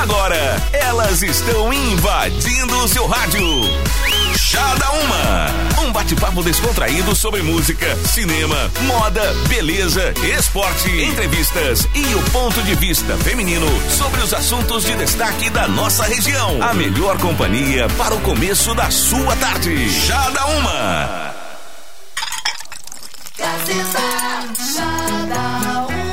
Agora, elas estão invadindo o seu rádio. Chá da Uma. Um bate-papo descontraído sobre música, cinema, moda, beleza, esporte, entrevistas e o ponto de vista feminino sobre os assuntos de destaque da nossa região. A melhor companhia para o começo da sua tarde. Chá da Uma. Chá da Uma.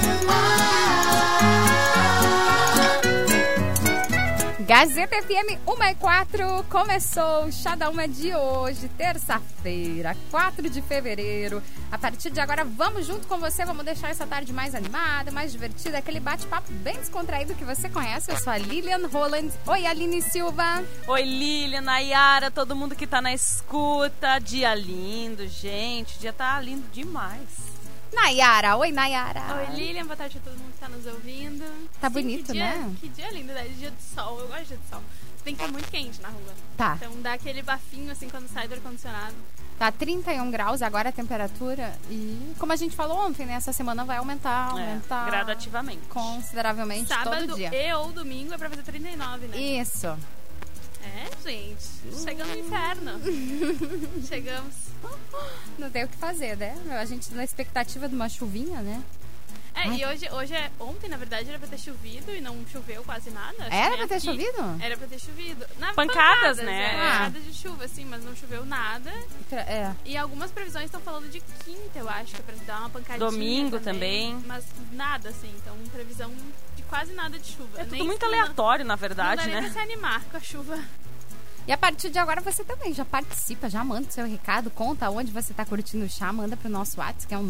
Gazeta FM 1/4, começou o Chá da Uma de hoje, terça-feira, 4 de fevereiro. A partir de agora, vamos junto com você, vamos deixar essa tarde mais animada, mais divertida, aquele bate-papo bem descontraído que você conhece. Eu sou a Lilian Holland. Oi, Aline Silva. Oi, Lilian, Nayara, todo mundo que tá na escuta. Dia lindo, gente, o dia tá lindo demais. Nayara, oi, Nayara. Oi, Lilian, boa tarde a todo mundo que tá nos ouvindo. Tá bonito, né? Que dia lindo, né? Dia de sol, eu gosto de dia de sol. Se bem que tá muito quente na rua. Tá. Então dá aquele bafinho assim quando sai do ar-condicionado. Tá 31 graus agora a temperatura e, como a gente falou ontem, né? Essa semana vai aumentar gradativamente. Consideravelmente Sábado todo dia. E ou domingo é pra fazer 39, né? Isso. É, gente. Chegamos no inferno. Chegamos. Não tem o que fazer, né? A gente na expectativa de uma chuvinha, né? E hoje ontem, na verdade, era pra ter chovido e não choveu quase nada. Era pra ter chovido? Era pra ter chovido. Pancadas, né? Pancadas de chuva, assim, mas não choveu nada. E algumas previsões estão falando de quinta, eu acho, que é pra dar uma pancadinha. Domingo também. Mas nada, assim. Então, previsão de quase nada de chuva. É tudo muito aleatório, na verdade, não dá né? nem pra se animar com a chuva. E a partir de agora você também já participa, já manda o seu recado, conta onde você está curtindo o chá, manda pro nosso WhatsApp, que é o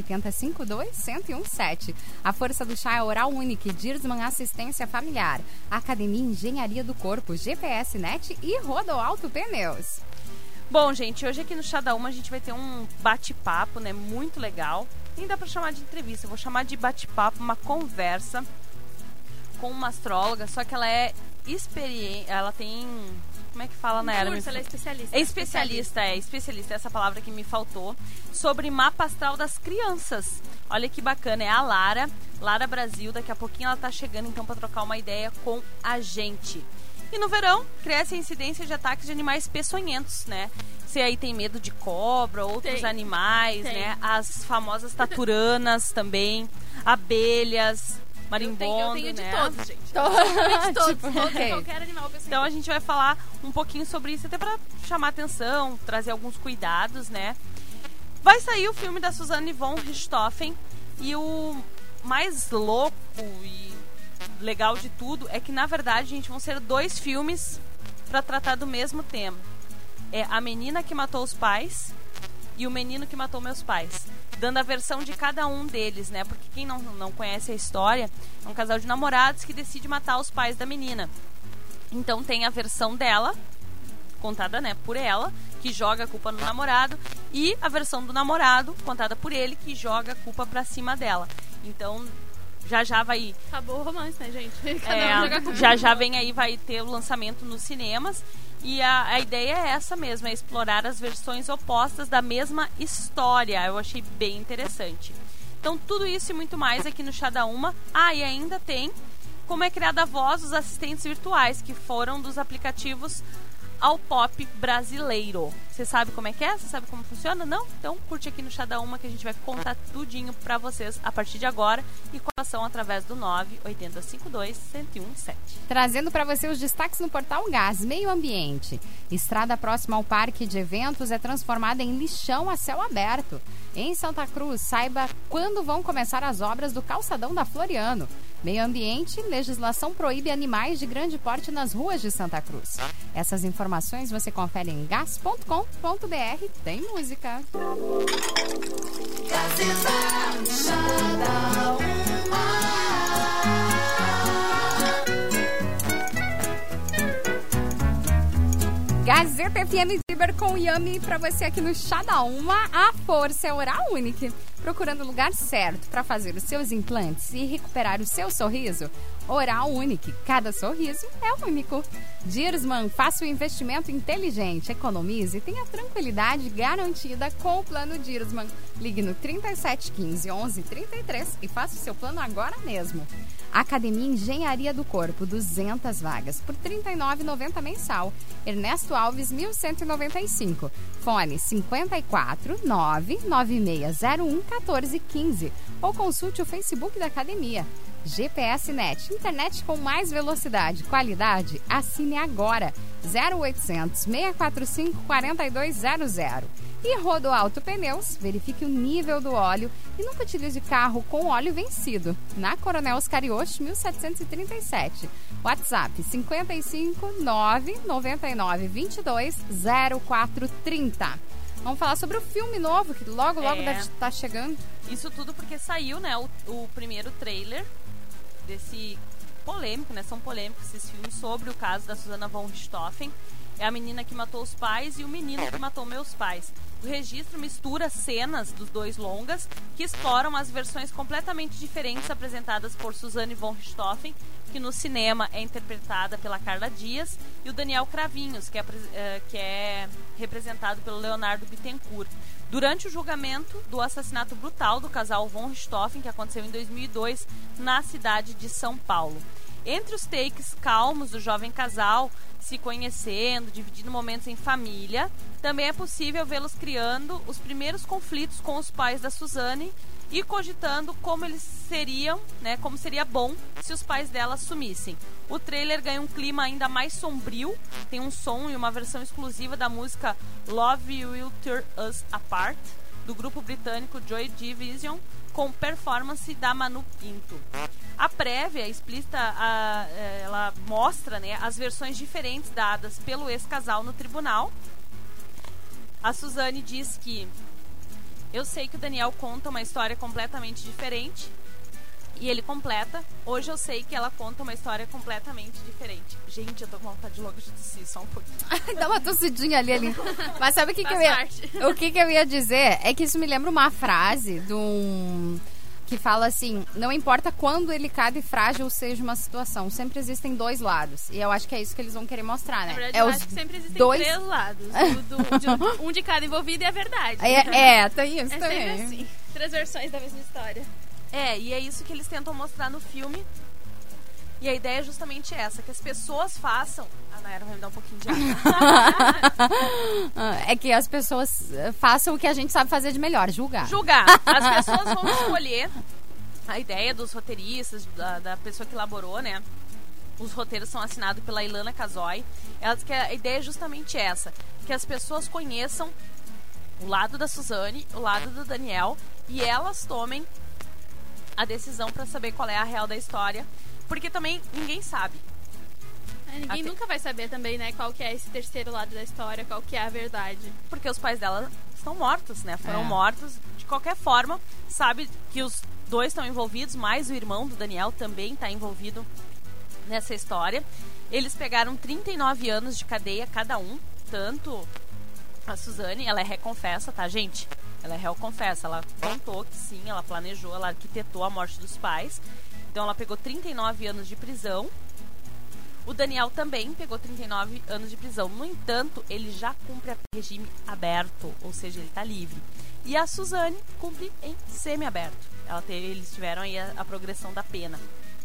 98052-1017. A força do chá é Oral Unique, Dirsman Assistência Familiar, Academia Engenharia do Corpo, GPS Net e Rodoalto Pneus. Bom, gente, hoje aqui no Chá da Uma a gente vai ter um bate-papo, né, muito legal. Nem dá pra chamar de entrevista, eu vou chamar de bate-papo, uma conversa com uma astróloga, só que ela é experiente, ela tem... Como é que fala, Nayara? Ela é especialista. É especialista, essa palavra que me faltou. Sobre mapa astral das crianças. Olha que bacana, é a Lara Brasil. Daqui a pouquinho ela tá chegando, então, para trocar uma ideia com a gente. E no verão, cresce a incidência de ataques de animais peçonhentos, né? Você aí tem medo de cobra, outros animais, né? As famosas taturanas também, abelhas... marimbondo, eu tenho de né? todos, gente. De todos. Okay. Qualquer animal pessoal. Então a gente vai falar um pouquinho sobre isso, até pra chamar atenção, trazer alguns cuidados, né? Vai sair o filme da Suzanne von Richthofen e o mais louco e legal de tudo é que, na verdade, gente, vão ser 2 filmes pra tratar do mesmo tema. É A Menina que Matou os Pais e O Menino que Matou Meus Pais, dando a versão de cada um deles, né? Porque quem não conhece a história, é um casal de namorados que decide matar os pais da menina. Então tem a versão dela, contada, né, por ela, que joga a culpa no namorado, e a versão do namorado, contada por ele, que joga a culpa pra cima dela. Então já vai... Acabou o romance, né, gente? Já vem aí, vai ter o lançamento nos cinemas. E a ideia é essa mesmo, é explorar as versões opostas da mesma história. Eu achei bem interessante. Então, tudo isso e muito mais aqui no Chá da Uma. E ainda tem como é criada a voz dos assistentes virtuais, que foram dos aplicativos ao pop brasileiro. Você sabe como é que é? Você sabe como funciona? Não? Então curte aqui no Chá da Uma, que a gente vai contar tudinho pra vocês a partir de agora, e coração através do 98052-1017. Trazendo para você os destaques no Portal Gás. Meio Ambiente. Estrada próxima ao Parque de Eventos é transformada em lixão a céu aberto. Em Santa Cruz, saiba quando vão começar as obras do calçadão da Floriano. Meio Ambiente, legislação proíbe animais de grande porte nas ruas de Santa Cruz. Essas informações você confere em gas.com.br. Tem música. Gazeta FM Ciber com Yami para você aqui no Chá da Uma. A força é Oral Unique. Procurando o lugar certo para fazer os seus implantes e recuperar o seu sorriso? Oral Unique, cada sorriso é único. Dirosman, faça um investimento inteligente, economize e tenha tranquilidade garantida com o plano Dirosman. Ligue no 3715 1133 e faça o seu plano agora mesmo. Academia Engenharia do Corpo, 200 vagas por R$ 39,90 mensal. Ernesto Alves, 1195. Fone 54 99601 1415 ou consulte o Facebook da academia. GPS Net, internet com mais velocidade, qualidade, assine agora. 0800 645 4200. E Rodoalto Pneus, verifique o nível do óleo e nunca utilize carro com óleo vencido. Na Coronel Oscarioche, 1737. WhatsApp 55 999 22 0430. Vamos falar sobre o filme novo, que logo deve estar chegando. Isso tudo porque saiu, né, o primeiro trailer desse polêmico, né, são polêmicos esses filmes sobre o caso da Susanna von Richthofen. É a menina que matou os pais e o menino que matou meus pais. O registro mistura cenas dos dois longas que exploram as versões completamente diferentes apresentadas por Susanne von Richthofen, que no cinema é interpretada pela Carla Dias, e o Daniel Cravinhos, que é representado pelo Leonardo Bittencourt. Durante o julgamento do assassinato brutal do casal von Richthofen, que aconteceu em 2002 na cidade de São Paulo. Entre os takes calmos do jovem casal, se conhecendo, dividindo momentos em família, também é possível vê-los criando os primeiros conflitos com os pais da Susanne e cogitando como eles seriam, né, como seria bom se os pais dela sumissem. O trailer ganha um clima ainda mais sombrio, tem um som e uma versão exclusiva da música Love Will Tear Us Apart, do grupo britânico Joy Division, com performance da Manu Pinto. A prévia explícita, ela mostra, né, as versões diferentes dadas pelo ex-casal no tribunal. A Susanne diz que eu sei que o Daniel conta uma história completamente diferente. E ele completa, hoje eu sei que ela conta uma história completamente diferente. Gente, eu tô com vontade de logo de tossir, só um pouquinho. Dá uma tossidinha ali. Mas sabe o que eu ia dizer? É que isso me lembra uma frase de um... que fala assim, não importa quão delicado e frágil seja uma situação, sempre existem dois lados. E eu acho que é isso que eles vão querer mostrar, né? Na verdade, eu acho que sempre existem três lados. Um de cada envolvido e a verdade. Tem isso também. Sempre assim. 3 versões da mesma história. E é isso que eles tentam mostrar no filme. E a ideia é justamente essa, que as pessoas façam... A Nayara vai me dar um pouquinho de água. É que as pessoas façam o que a gente sabe fazer de melhor, julgar. As pessoas vão escolher a ideia dos roteiristas, da pessoa que elaborou, né? Os roteiros são assinados pela Ilana Casoy. A ideia é justamente essa, que as pessoas conheçam o lado da Susanne, o lado do Daniel, e elas tomem a decisão para saber qual é a real da história. Porque também ninguém sabe. Ninguém nunca vai saber também, né, qual que é esse terceiro lado da história, qual que é a verdade. Porque os pais dela estão mortos, né? Foram mortos. De qualquer forma, sabe que os dois estão envolvidos, mas o irmão do Daniel também está envolvido nessa história. Eles pegaram 39 anos de cadeia cada um. Tanto a Susanne, ela é reconfessa, tá, gente? Ela é reconfessa. Ela contou que sim, ela planejou, ela arquitetou a morte dos pais. Então ela pegou 39 anos de prisão. O Daniel também pegou 39 anos de prisão. No entanto, ele já cumpre regime aberto, ou seja, ele está livre. E a Susanne cumpre em semi-aberto. Eles tiveram aí a progressão da pena.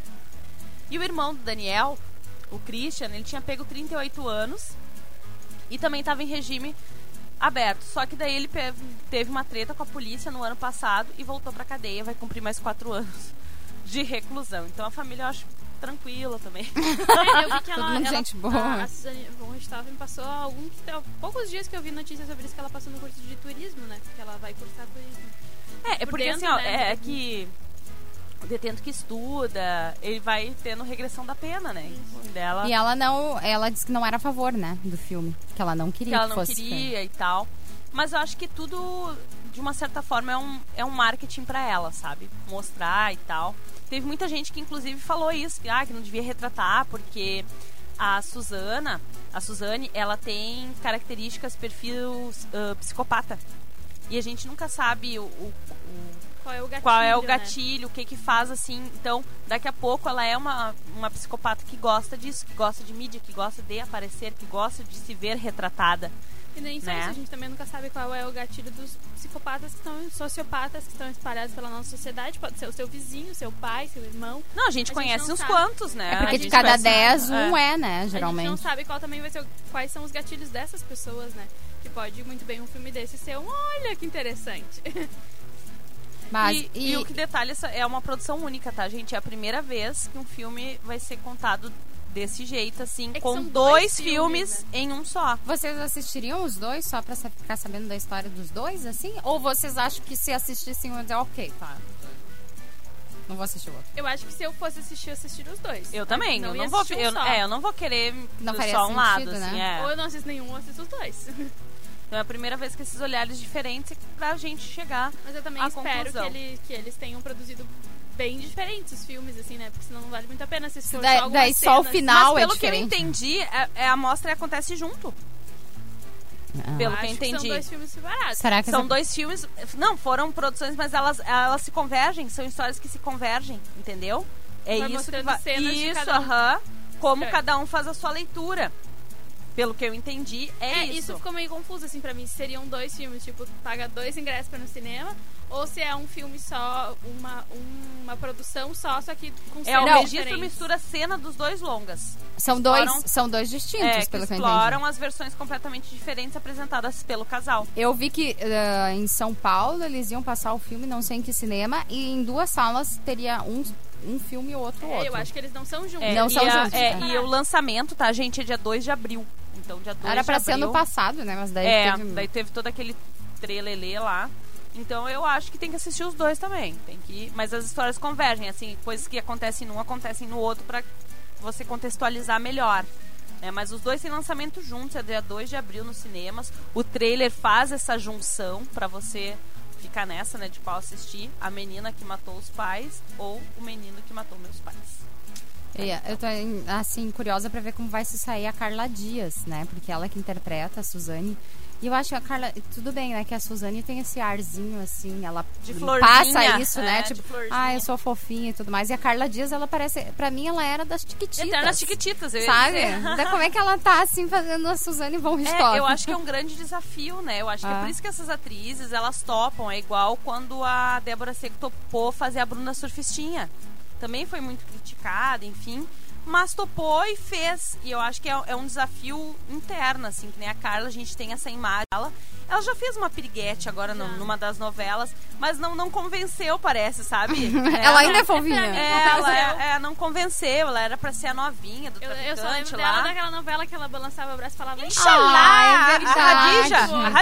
E o irmão do Daniel, o Christian, ele tinha pego 38 anos e também estava em regime aberto. Só que daí ele teve uma treta com a polícia no ano passado e voltou para cadeia. Vai cumprir mais 4 anos de reclusão. Então a família, eu acho, tranquila também. Eu vi que ela gente boa. A Susanne von Richthofen passou poucos dias que eu vi notícias sobre isso, que ela passou no curso de turismo, né? Que ela vai cursar turismo. Porque dentro, assim, ó, né? é que o detento que estuda, ele vai tendo regressão da pena, né? Dela, E ela disse que não era a favor, né, do filme. Que ela não queria que ela não fosse queria e tal. Mas eu acho que tudo, de uma certa forma, é um marketing pra ela, sabe? Mostrar e tal. Teve muita gente que, inclusive, falou isso. Que não devia retratar, porque a Susanne, ela tem características, perfil psicopata. E a gente nunca sabe Qual é o o gatilho, gatilho, o que faz, assim. Então, daqui a pouco ela é uma psicopata que gosta disso, que gosta de mídia, que gosta de aparecer, que gosta de se ver retratada. E nem só né? isso, a gente também nunca sabe qual é o gatilho dos psicopatas que estão, sociopatas que estão espalhados pela nossa sociedade. Pode ser o seu vizinho, seu pai, seu irmão. Não, a gente conhece não uns sabe. quantos, né? É porque A de gente cada conhece- 10, um né, A geralmente. gente não sabe qual também vai ser quais são os gatilhos dessas pessoas, né? Que pode muito bem um filme desse ser olha que interessante. Mas, E o que detalha é uma produção única, tá, gente? É a primeira vez que um filme vai ser contado desse jeito, assim, É que com são dois dois filmes filmes, em um só. vocês assistiriam os dois só pra ficar sabendo da história dos dois, assim? Ou vocês acham que se assistissem, iam dizer, ok, tá. Não vou assistir o outro. Eu acho que se eu fosse assistir, eu assistiria os dois. Eu também. Não eu ia não vou, assistir um eu, só. eu não vou querer Não faria só um lado, sentido, assim, né? Ou é. eu não assisto nenhum, ou assisto os dois. Então é a primeira vez que esses olhares diferentes pra gente chegar. Mas eu também A espero conclusão. que eles tenham produzido bem diferentes os filmes, assim, né? Porque senão não vale muito a pena assistir Daí- só algumas daí só o cenas. final- Mas é pelo que eu diferente. entendi, a amostra acontece junto. Pelo que eu Acho que entendi. são dois filmes separados. Será que São essa- dois filmes. Não, foram produções, mas elas se convergem. São histórias que se convergem, entendeu? É Vai isso que mostrando vai. cenas de Isso, cada um. aham. Como É. cada um faz a sua leitura. Pelo que eu entendi, é isso. Isso ficou meio confuso, assim, pra mim. Se seriam dois filmes, tipo, paga 2 ingressos pra ir no cinema, ou se é um filme só, uma produção só que com É, cenas o registro diferentes. mistura a cena dos dois longas. São dois distintos, Que pelo que eu entendi. exploram as versões completamente diferentes apresentadas pelo casal. Eu vi que em São Paulo eles iam passar o filme, não sei em que cinema, e em 2 salas teria um filme e outro. Eu acho que eles não são juntos. Não são juntos, E o lançamento, tá, gente, é dia 2 de abril. Então, dia 2 Era pra de ser abril. ano passado, né? Mas daí Daí teve todo aquele trelelê lá. Então eu acho que tem que assistir os dois também. Mas as histórias convergem, assim, coisas que acontecem num acontecem no outro pra você contextualizar melhor. Né? Mas os dois têm lançamento juntos, é dia 2 de abril nos cinemas. O trailer faz essa junção pra você ficar nessa, né, de qual assistir. A menina que matou os pais ou o menino que matou meus pais. Eu tô, assim, curiosa pra ver como vai se sair a Carla Dias, né? Porque ela que interpreta a Suzane. E eu acho que a Carla... Tudo bem, né? Que a Suzane tem esse arzinho, assim, ela De florzinha, passa isso, né? de Tipo, florzinha. eu sou fofinha e tudo mais. E a Carla Dias, ela parece... Pra mim, ela era das Chiquititas. Eternas Chiquititas, eu ia Sabe? dizer. Então, como é que ela tá, assim, fazendo a Suzane von Richthofen? Eu acho que é um grande desafio, né? Eu acho que é por isso que essas atrizes, elas topam. É igual quando a Débora Seco topou fazer a Bruna Surfistinha. Também foi muito criticada, enfim. Mas topou e fez. E eu acho que é um desafio interno, assim. Que nem a Carla, a gente tem essa imagem dela. Ela já fez uma piriguete agora numa das novelas, mas não convenceu, parece, sabe? Ela ainda é fofinha. Ela não convenceu, ela era pra ser a novinha do Eu traficante só lembro lá. dela daquela novela que ela balançava o braço e falava Ah, é verdade.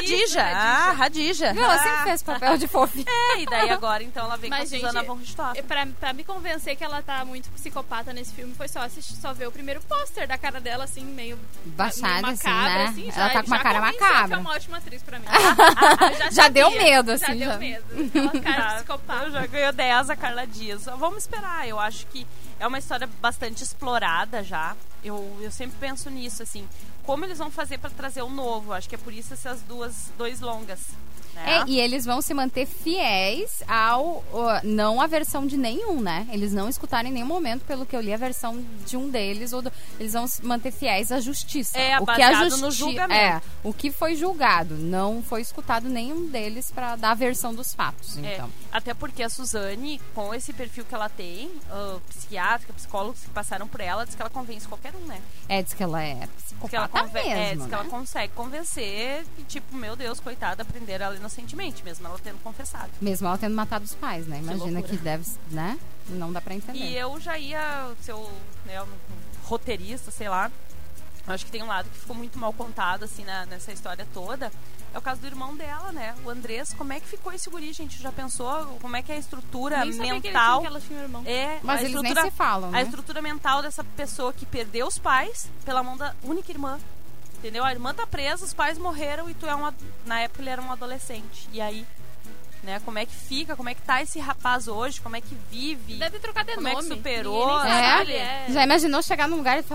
A Radija. Viu? Ela sempre fez papel de fofinha. E daí agora, então, ela vem Mas, com a gente, Susana von Richthofen. Pra me convencer que ela tá muito psicopata nesse filme, foi só ver o primeiro pôster da cara dela, assim, meio Baixada, meio assim, macabra, né? assim, Ela tá com uma cara convenceu que macabra. é uma ótima atriz pra mim. Já deu sabia, medo, assim, Já já. deu medo. Aquela cara de psicopata. Eu já ganhei 10 a Carla Dias. Vamos esperar. Eu acho que é uma história bastante explorada já. Eu sempre penso nisso, assim. Como eles vão fazer pra trazer o novo? Acho que é por isso essas dois longas. Né? E eles vão se manter fiéis ao... não a versão de nenhum, né? Eles não escutaram em nenhum momento, pelo que eu li, a versão de um deles. Eles vão se manter fiéis à justiça. Baseado no julgamento. O que foi julgado. Não foi escutado nenhum deles pra dar a versão dos fatos, então. Até porque a Suzane, com esse perfil que ela tem, psiquiátrica, psicólogos que passaram por ela, diz que ela convence qualquer um, né? Diz que ela é psicopata mesmo, diz que né? ela consegue convencer que, tipo, meu Deus, coitada, aprender ela inocentemente, mesmo ela tendo confessado. Mesmo ela tendo matado os pais, né? Imagina loucura. que deve, né? Não dá pra entender. E eu já ia ser um roteirista, sei lá. Eu acho que tem um lado que ficou muito mal contado, assim, nessa história toda. É o caso do irmão dela, né? O Andrés. Como é que ficou esse guri, gente? Já pensou como é que é a estrutura Nem sabia mental? que ela tinha um irmão. Mas eles nem se falam, né? A estrutura mental dessa pessoa que perdeu os pais pela mão da única irmã. Entendeu? A irmã tá presa, os pais morreram e tu é na época ele era um adolescente. E aí, né? Como é que fica? Como é que tá esse rapaz hoje? Como é que vive? Deve trocar de Como nome. é que superou? Ninguém nem sabe, Já imaginou chegar num lugar e falar: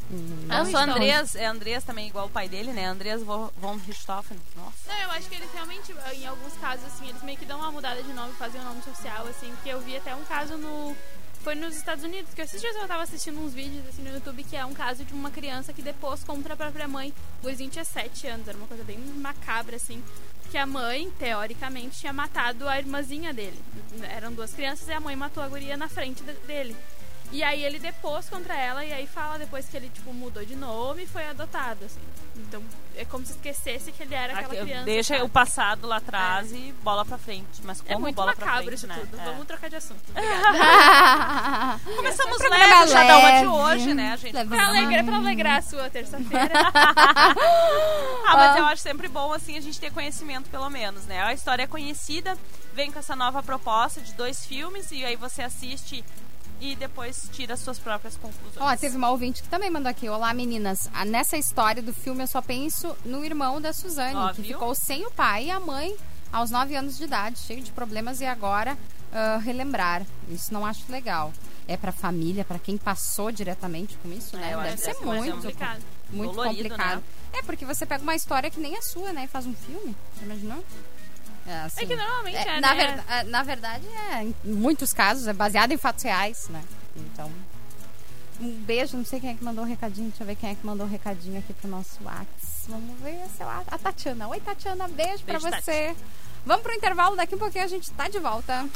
Eu sou Andreas, é Andreas também, igual o pai dele, né? Andreas von Richthofen. Nossa. Não, eu acho que eles realmente, em alguns casos, assim, eles meio que dão uma mudada de nome, fazem um nome social, assim, porque eu vi até um caso foi nos Estados Unidos, que esses dias eu tava assistindo uns vídeos assim no YouTube, que é um caso de uma criança que depôs contra a própria mãe. O gurizinho tinha 7 anos, era uma coisa bem macabra, assim, que a mãe, teoricamente, tinha matado a irmãzinha dele. Eram 2 crianças e a mãe matou a guria na frente dele. E aí ele depôs contra ela e aí fala depois que ele, tipo, mudou de nome e foi adotado, assim. Então, é como se esquecesse que ele era aquela criança. Deixa, sabe? O passado lá atrás e bola pra frente. Mas como muito bola pra macabro frente, isso né? tudo. Vamos trocar de assunto. Começamos leve o Shadowma de hoje, né, gente? Pra alegrar a sua terça-feira. Mas eu acho sempre bom, assim, a gente ter conhecimento, pelo menos, né? A história é conhecida, vem com essa nova proposta de 2 filmes e aí você assiste e depois tira as suas próprias conclusões. Teve uma ouvinte que também mandou aqui. Olá, meninas. Nessa história do filme eu só penso no irmão da Suzane, que ficou sem o pai e a mãe aos 9 anos de idade, cheio de problemas, e agora relembrar. Isso não acho legal. É pra família, pra quem passou diretamente com isso, né? Deve ser muito complicado. Muito dolorido, complicado. Né? É, porque você pega uma história que nem é sua, né? E faz um filme. Você imaginou? Assim, é que normalmente na verdade, em muitos casos, é baseado em fatos reais, né? Então, um beijo, não sei quem é que mandou um recadinho. Deixa eu ver quem é que mandou um recadinho aqui pro nosso WhatsApp. Vamos ver, sei lá, a Tatiana. Oi, Tatiana, beijo pra você. Tati. Vamos pro intervalo, daqui um pouquinho a gente tá de volta.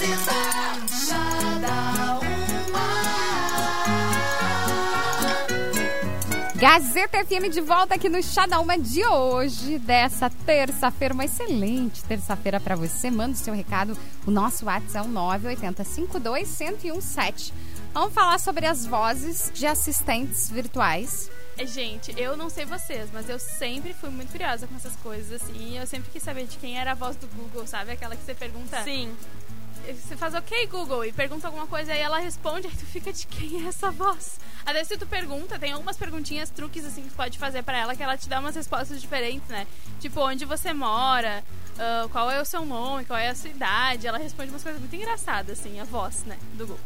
Gazeta FM de volta aqui no Chá da Uma de hoje, dessa terça-feira, uma excelente terça-feira para você. Manda o seu recado, o nosso WhatsApp é o 98052-1017. Vamos falar sobre as vozes de assistentes virtuais. Gente, eu não sei vocês, mas eu sempre fui muito curiosa com essas coisas, assim. Eu sempre quis saber de quem era a voz do Google, sabe? Aquela que você pergunta... Sim. Você faz ok, Google, e pergunta alguma coisa, aí ela responde, aí tu fica de quem é essa voz? Às vezes se tu pergunta, tem algumas perguntinhas, truques assim que tu pode fazer pra ela, que ela te dá umas respostas diferentes, né? Tipo, onde você mora, qual é o seu nome, qual é a sua idade. Ela responde umas coisas muito engraçadas, assim, a voz, né, do Google.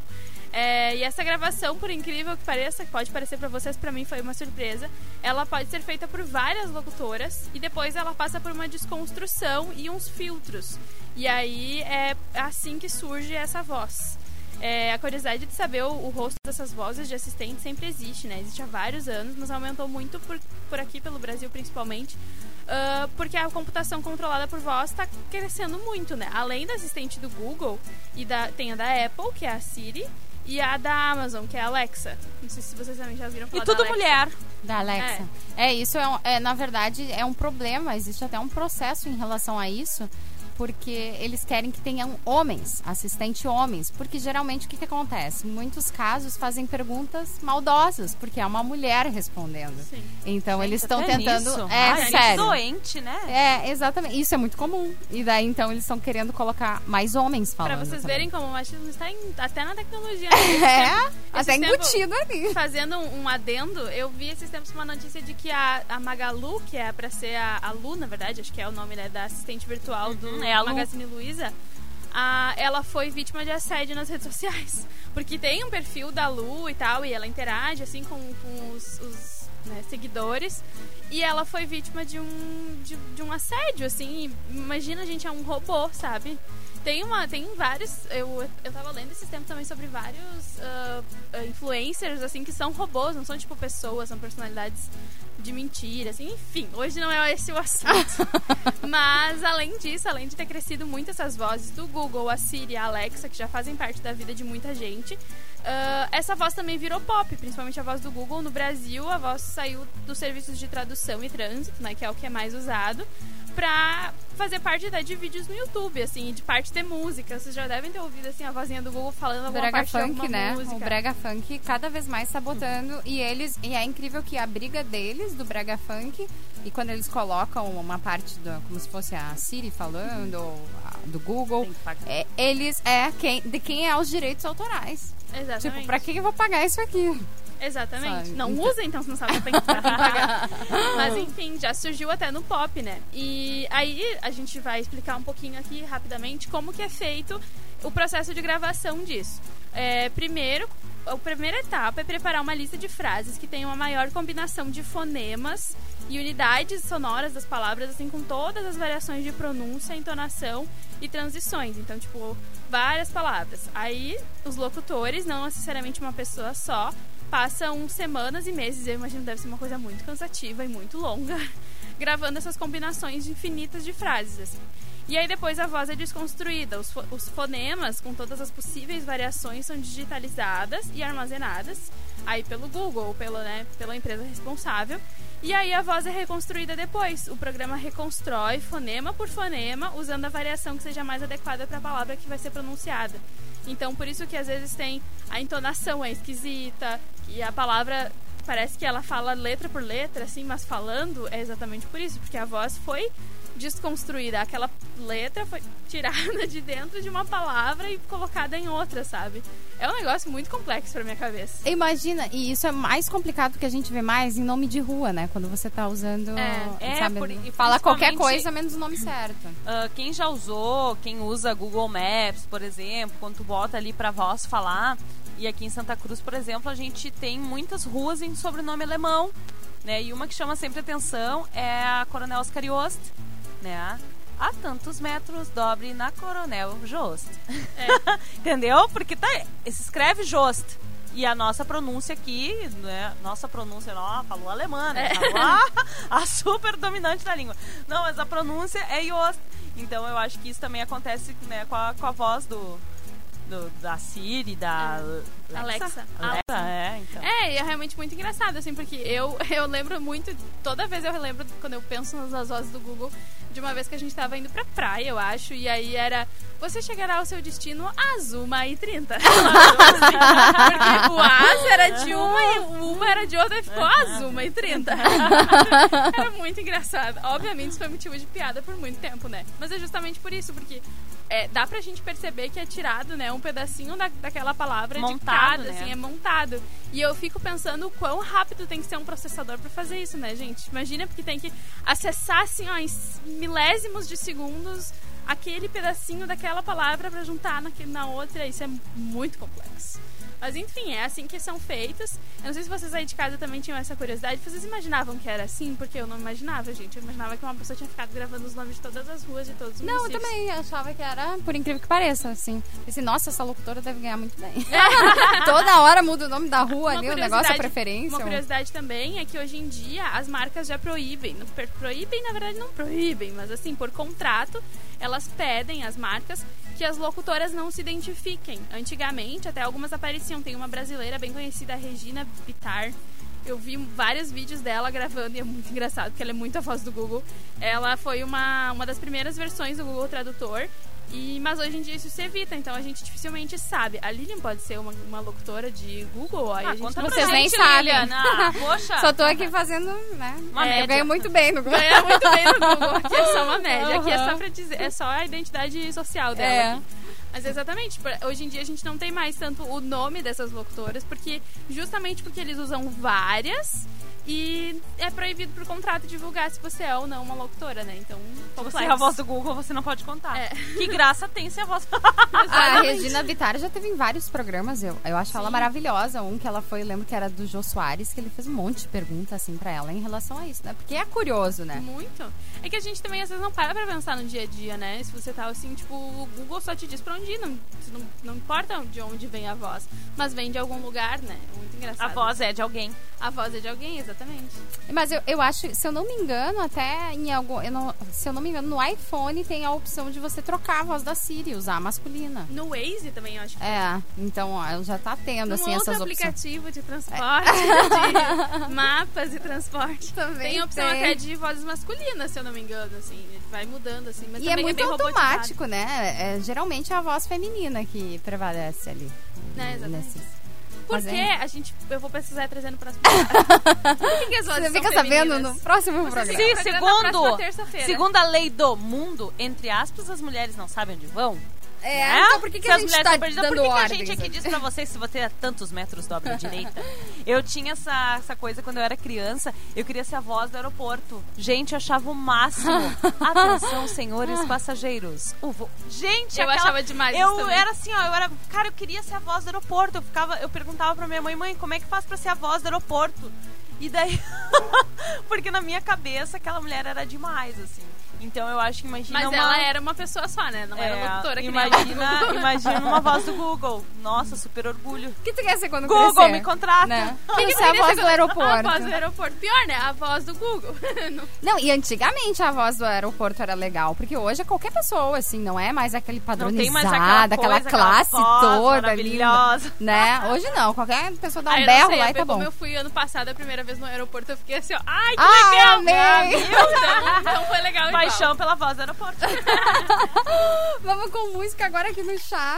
E essa gravação, por incrível que pareça, que pode parecer pra vocês, pra mim foi uma surpresa, ela pode ser feita por várias locutoras e depois ela passa por uma desconstrução e uns filtros. E aí é assim que surge essa voz. A curiosidade de saber o rosto dessas vozes de assistente sempre existe, né? Existe há vários anos, mas aumentou muito por aqui, pelo Brasil principalmente, porque a computação controlada por voz está crescendo muito, né? Além da assistente do Google, tem a da Apple, que é a Siri, e a da Amazon, que é a Alexa. Não sei se vocês também já viram falar da Alexa. E tudo mulher. Da Alexa. Isso na verdade, é um problema. Existe até um processo em relação a isso, porque eles querem que tenham homens, assistente homens, porque geralmente o que acontece? Em muitos casos fazem perguntas maldosas, porque é uma mulher respondendo. Sim. Então gente, eles estão tentando... Nisso. Sério. Doente, né? Exatamente. Isso é muito comum. E daí, então, eles estão querendo colocar mais homens falando. Pra vocês verem como o machismo está até na tecnologia. Até embutido ali. Fazendo um adendo, eu vi esses tempos uma notícia de que a Magalu, que é pra ser a Lu, na verdade, acho que é o nome, né, da assistente virtual do Magazine Luiza, ela foi vítima de assédio nas redes sociais. Porque tem um perfil da Lu e tal, e ela interage assim com os seguidores. E ela foi vítima de um assédio, assim. Imagina, gente, é um robô, sabe? Tem vários... Eu tava lendo esses tempos também sobre vários influencers, assim, que são robôs, não são, tipo, pessoas, são personalidades de mentira, assim. Enfim, hoje não é esse o assunto. Mas, além disso, além de ter crescido muito essas vozes do Google, a Siri, a Alexa, que já fazem parte da vida de muita gente, essa voz também virou pop, principalmente a voz do Google. No Brasil, a voz saiu dos serviços de tradução e trânsito, né, que é o que é mais usado, pra fazer parte de vídeos no YouTube, assim, de parte de música. Vocês já devem ter ouvido, assim, a vozinha do Google falando alguma parte de alguma música. O Brega Funk cada vez mais tá botando, e é incrível que a briga deles, do Brega Funk, e quando eles colocam uma parte como se fosse a Siri falando, ou do Google, de quem é os direitos autorais. Exatamente. Tipo, pra que eu vou pagar isso aqui? Exatamente. Sabe? Não usa, então, se não sabe pra quem pagar. Mas, enfim, já surgiu até no pop, né? E aí a gente vai explicar um pouquinho aqui, rapidamente, como que é feito o processo de gravação disso. Primeiro, a primeira etapa é preparar uma lista de frases que tenham a maior combinação de fonemas e unidades sonoras das palavras, assim, com todas as variações de pronúncia, entonação e transições. Então, tipo, várias palavras. Aí, os locutores, não necessariamente uma pessoa só, passam semanas e meses, eu imagino que deve ser uma coisa muito cansativa e muito longa, gravando essas combinações infinitas de frases, assim. E aí depois a voz é desconstruída. Os fonemas, com todas as possíveis variações, são digitalizadas e armazenadas aí pelo Google, ou pela empresa responsável. E aí a voz é reconstruída depois. O programa reconstrói fonema por fonema, usando a variação que seja mais adequada para a palavra que vai ser pronunciada. Então, por isso que às vezes tem a entonação é esquisita, e a palavra parece que ela fala letra por letra, assim, mas falando é exatamente por isso, porque a voz foi desconstruída. Aquela letra foi tirada de dentro de uma palavra e colocada em outra, sabe? É um negócio muito complexo pra minha cabeça. Imagina, e isso é mais complicado porque a gente vê mais em nome de rua, né? Quando você tá usando, sabe, fala qualquer coisa menos o nome certo. Quem já usou, quem usa Google Maps, por exemplo, quando tu bota ali pra voz falar, e aqui em Santa Cruz, por exemplo, a gente tem muitas ruas em sobrenome alemão, né? E uma que chama sempre atenção é a Coronel Oscar Jost, né? A tantos metros, dobre na Coronel Jost. Entendeu? Porque se escreve Jost. E a nossa pronúncia aqui, né? Nossa pronúncia, falou alemã, né? Falou a super dominante da língua. Não, mas a pronúncia é Jost. Então eu acho que isso também acontece, né, com a voz da Siri, da Alexa. Então. É realmente muito engraçado, assim, porque eu lembro muito, toda vez eu lembro, quando eu penso nas vozes do Google, de uma vez que a gente tava indo pra praia, eu acho, e aí era: você chegará ao seu destino às 1h30. Porque o as era de uma e o uma era de outra, e ficou às 1h30. Era muito engraçado. Obviamente isso foi motivo de piada por muito tempo, né? Mas é justamente por isso, porque dá pra gente perceber que é tirado, né, um pedacinho daquela palavra montado, de cada, né? Assim, é montado. E eu fico pensando o quão rápido tem que ser um processador pra fazer isso, né, gente? Imagina, porque tem que acessar, assim, ó, em milésimos de segundos aquele pedacinho daquela palavra pra juntar na outra. Isso é muito complexo. Mas enfim, é assim que são feitos. Eu não sei se vocês aí de casa também tinham essa curiosidade. Vocês imaginavam que era assim? Porque eu não imaginava, gente. Eu imaginava que uma pessoa tinha ficado gravando os nomes de todas as ruas de todos os municípios. Não, eu também achava que era, por incrível que pareça, assim. Pensei, nossa, essa locutora deve ganhar muito bem. Toda hora muda o nome da rua ali, o negócio, a preferência. Uma curiosidade também é que hoje em dia as marcas já proíbem. Proíbem, na verdade não proíbem, mas assim, por contrato, elas pedem às marcas que as locutoras não se identifiquem. Antigamente, até algumas apareciam. Tem uma brasileira bem conhecida, a Regina Bittar. Eu vi vários vídeos dela gravando e é muito engraçado, porque ela é muito a voz do Google. Ela foi uma das primeiras versões do Google Tradutor. Mas hoje em dia isso se evita, então a gente dificilmente sabe. A Lilian pode ser uma locutora de Google, aí a gente vocês nem sabem. Poxa. Só tô aqui fazendo, né? Eu ganho muito bem no Google. Ganha muito bem no Google. Aqui é só uma média. Aqui é só pra dizer, é só a identidade social dela aqui. Mas exatamente, hoje em dia a gente não tem mais tanto o nome dessas locutoras, justamente porque eles usam várias e é proibido por contrato divulgar se você é ou não uma locutora, né? Então, complexo. Você é a voz do Google, você não pode contar. Que graça tem ser a voz. A Regina Bittar já teve em vários programas, eu acho ela maravilhosa. Um que ela foi, lembro que era do Jô Soares, que ele fez um monte de perguntas assim pra ela em relação a isso, né? Porque é curioso, né? Muito. É que a gente também às vezes não para pra pensar no dia a dia, né? Se você tá assim, tipo, o Google só te diz pra onde ir, não importa de onde vem a voz, mas vem de algum lugar, né? É muito engraçado. A voz é de alguém. A voz é de alguém, exatamente. Mas eu acho, se eu não me engano, até em algum. Se eu não me engano, no iPhone tem a opção de você trocar a voz da Siri, usar a masculina. No Waze também, eu acho que então já tá tendo, assim, essas opções. Um outro aplicativo de transporte, de mapas de transporte. Também tem opção até de vozes masculinas, se eu não me engano, assim. Ele vai mudando, assim. Mas e também é muito automático, né? Geralmente é a voz feminina que prevalece ali. Exatamente. Porque eu vou precisar trazer no próximo programa. Por que as vozes Você fica sabendo no próximo programa. Sim, segundo a lei do mundo, entre aspas, as mulheres não sabem onde vão. Então por que a gente tá dando Por que a ordens? gente aqui diz pra vocês se você é tantos metros, dobra à direita? Eu tinha essa coisa quando eu era criança, eu queria ser a voz do aeroporto. Gente, eu achava o máximo. Atenção, senhores passageiros. Gente, eu achava demais isso Eu também. era assim, cara, eu queria ser a voz do aeroporto. Eu perguntava pra minha mãe, como é que faz pra ser a voz do aeroporto? E daí, porque na minha cabeça aquela mulher era demais, assim. Então eu acho que Mas ela era uma pessoa só, né? Não era locutora que imagina uma voz do Google. Nossa, super orgulho. O que tu quer ser quando Google, crescer? me contrata. Né? que Você é a voz do aeroporto. A voz do aeroporto. Pior, né? A voz do Google. Não, e antigamente a voz do aeroporto era legal, porque hoje é qualquer pessoa, assim, não é mais aquele padronizado, Não tem mais aquela classe toda maravilhosa. linda, né? Hoje não, qualquer pessoa dá um eu berro não sei, lá e tá bom. Como eu fui ano passado a primeira vez no aeroporto, eu fiquei assim, ó, ai, que Ah, legal! amei! Então foi legal igual. Paixão pela voz do aeroporto. Vamos com música agora aqui no chá.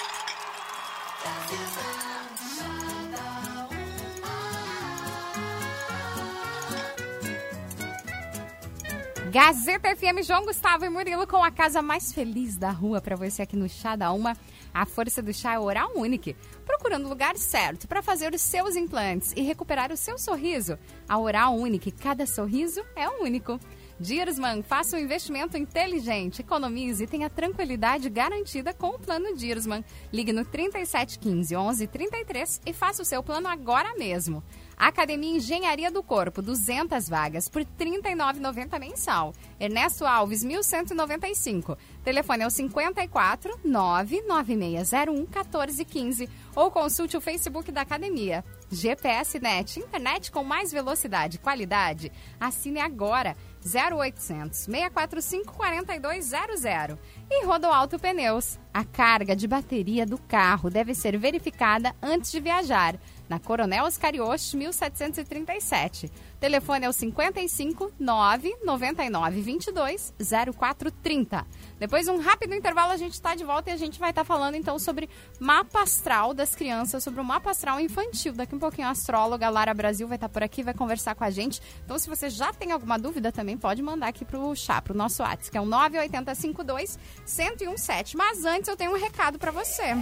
Gazeta FM, João Gustavo e Murilo com a casa mais feliz da rua para você aqui no Chá da Uma. A força do chá é Oral Unique, procurando o lugar certo para fazer os seus implantes e recuperar o seu sorriso. A Oral Unique, cada sorriso é único. Diersman, faça um investimento inteligente, economize e tenha tranquilidade garantida com o plano Diersman. Ligue no 3715 1133 e faça o seu plano agora mesmo. Academia Engenharia do Corpo, 200 vagas por R$ 39,90 mensal. Ernesto Alves, 1195. Telefone é o 54 99601 1415 ou consulte o Facebook da academia. GPS Net, internet com mais velocidade e qualidade. Assine agora. 0800 645 4200. E Rodoalto Pneus. A carga de bateria do carro deve ser verificada antes de viajar. Na Coronel Oscarioche, 1737. Telefone é o 55 999 22 0430. Depois de um rápido intervalo, a gente está de volta e a gente vai estar falando então sobre mapa astral das crianças, sobre o mapa astral infantil. Daqui um pouquinho a astróloga Lara Brasil vai estar por aqui, vai conversar com a gente. Então, se você já tem alguma dúvida, também pode mandar aqui pro chá, pro nosso WhatsApp, que é o 98052 1017. Mas antes eu tenho um recado para você.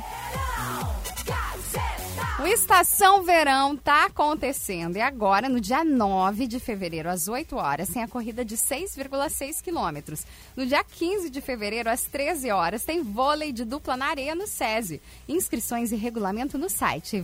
O Estação Verão tá acontecendo e agora no dia 9 de fevereiro às 8 horas tem a corrida de 6,6 quilômetros. No dia 15 de fevereiro às 13 horas tem vôlei de dupla na areia no SESI. Inscrições e regulamento no site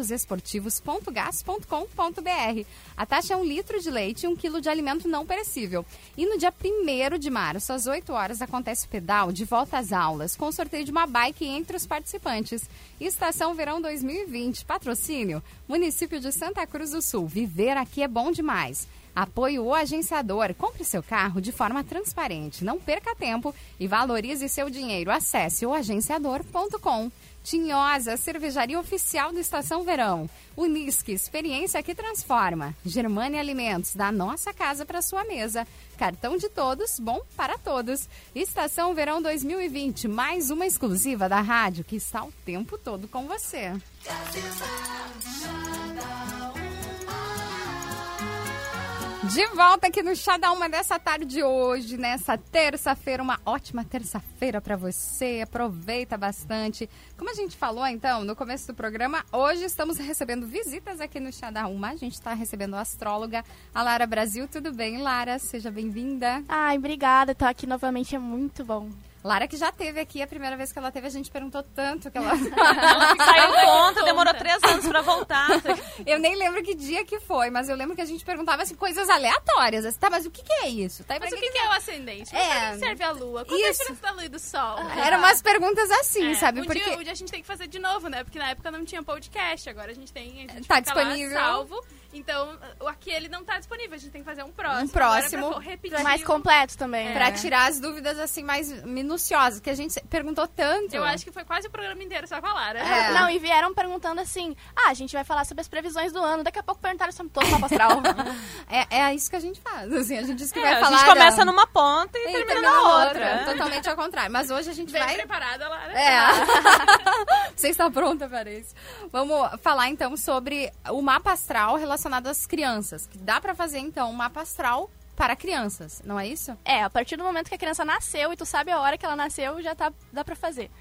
eventosesportivos.gas.com.br. A taxa é 1 litro de leite e 1 quilo de alimento não perecível. E no dia 1º de março às 8 horas acontece o pedal de volta às aulas com sorteio de uma bike entre os participantes. Estação Verão 2020, patrocínio, município de Santa Cruz do Sul. Viver aqui é bom demais. Apoio O Agenciador. Compre seu carro de forma transparente. Não perca tempo e valorize seu dinheiro. Acesse oagenciador.com. Tinhosa, cervejaria oficial do Estação Verão. Unisque, experiência que transforma. Germânia Alimentos, da nossa casa para sua mesa. Cartão de todos, bom para todos. Estação Verão 2020, mais uma exclusiva da rádio que está o tempo todo com você. De volta aqui no Chá da Uma dessa tarde de hoje, nessa terça-feira, uma ótima terça-feira para você, aproveita bastante. Como a gente falou então no começo do programa, hoje estamos recebendo visitas aqui no Chá da Uma, a gente está recebendo a astróloga, a Lara Brasil. Tudo bem, Lara? Seja bem-vinda. Ai, obrigada, estar aqui novamente é muito bom. Lara que já teve aqui, a primeira vez que ela teve, a gente perguntou tanto que ela... Saiu conta, demorou 3 anos pra voltar. Eu nem lembro que dia que foi, mas eu lembro que a gente perguntava assim, coisas aleatórias. Assim, tá, mas o que é isso? Tá, mas o que é o ascendente? Pra que serve a lua? Qual é a diferença da lua e do sol? Eram umas perguntas assim, sabe? Porque um dia a gente tem que fazer de novo, né? Porque na época não tinha podcast, agora a gente tem... A gente tá fica disponível. Lá, salvo. Então, aqui ele não tá disponível, a gente tem que fazer um próximo. Um próximo. Agora pra repetir. Mais completo também. Pra tirar as dúvidas assim mais minuciosas, que a gente perguntou tanto. Eu acho que foi quase o programa inteiro só com a Lara. Não, e vieram perguntando assim, a gente vai falar sobre as previsões do ano, daqui a pouco perguntaram sobre todo o mapa astral. É isso que a gente faz, assim, a gente diz que vai falar... A gente começa numa ponta e termina na outra. Totalmente ao contrário, mas hoje a gente Bem vai... preparada, Lara. Você está pronta para isso? Vamos falar então sobre o mapa astral relacionado às crianças. Que dá pra fazer, então, um mapa astral para crianças, não é isso? A partir do momento que a criança nasceu e tu sabe a hora que ela nasceu, já dá pra fazer.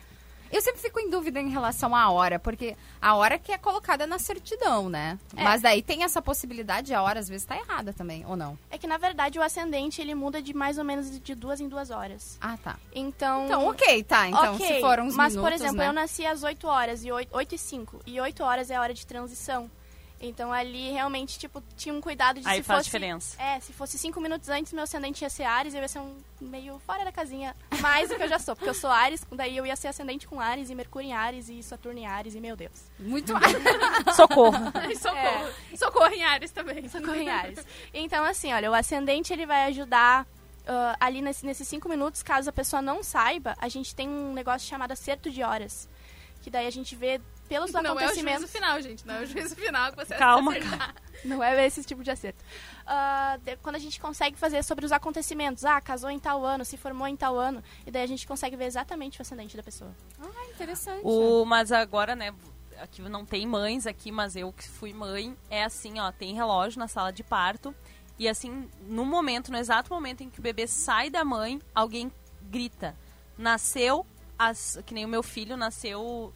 Eu sempre fico em dúvida em relação à hora, porque a hora que é colocada na certidão, né? Mas daí tem essa possibilidade, a hora às vezes tá errada também, ou não? É que, na verdade, o ascendente, ele muda de mais ou menos de 2 em 2 horas. Ah, tá. Então, ok, tá. Então, ok, se foram uns mas, minutos, por exemplo, né? eu nasci às 8 horas, e 8 e 5. E 8 horas é a hora de transição. Então, ali, realmente, tipo, tinha um cuidado de Aí se faz fosse... diferença. Se fosse 5 minutos antes, meu ascendente ia ser Áries, eu ia ser meio fora da casinha, mais do que eu já sou. Porque eu sou Áries, daí eu ia ser ascendente com Áries, e Mercúrio em Áries, e Saturno em Áries, e meu Deus. Muito Socorro. Socorro. Socorro em Ares também. Socorro em Áries. Então, assim, olha, o ascendente, ele vai ajudar... ali nesses 5 minutos, caso a pessoa não saiba, a gente tem um negócio chamado acerto de horas. Que daí a gente vê pelos Não é o acontecimentos... juízo final, gente. Não é o juízo final que você Calma. acertar. Não é esse tipo de acerto. Quando a gente consegue fazer sobre os acontecimentos. Casou em tal ano, se formou em tal ano. E daí a gente consegue ver exatamente o ascendente da pessoa. interessante. Mas agora, né, aqui não tem mães aqui, mas eu que fui mãe, é assim, ó, tem relógio na sala de parto. E assim, no exato momento em que o bebê sai da mãe, alguém grita. Nasceu, que nem o meu filho nasceu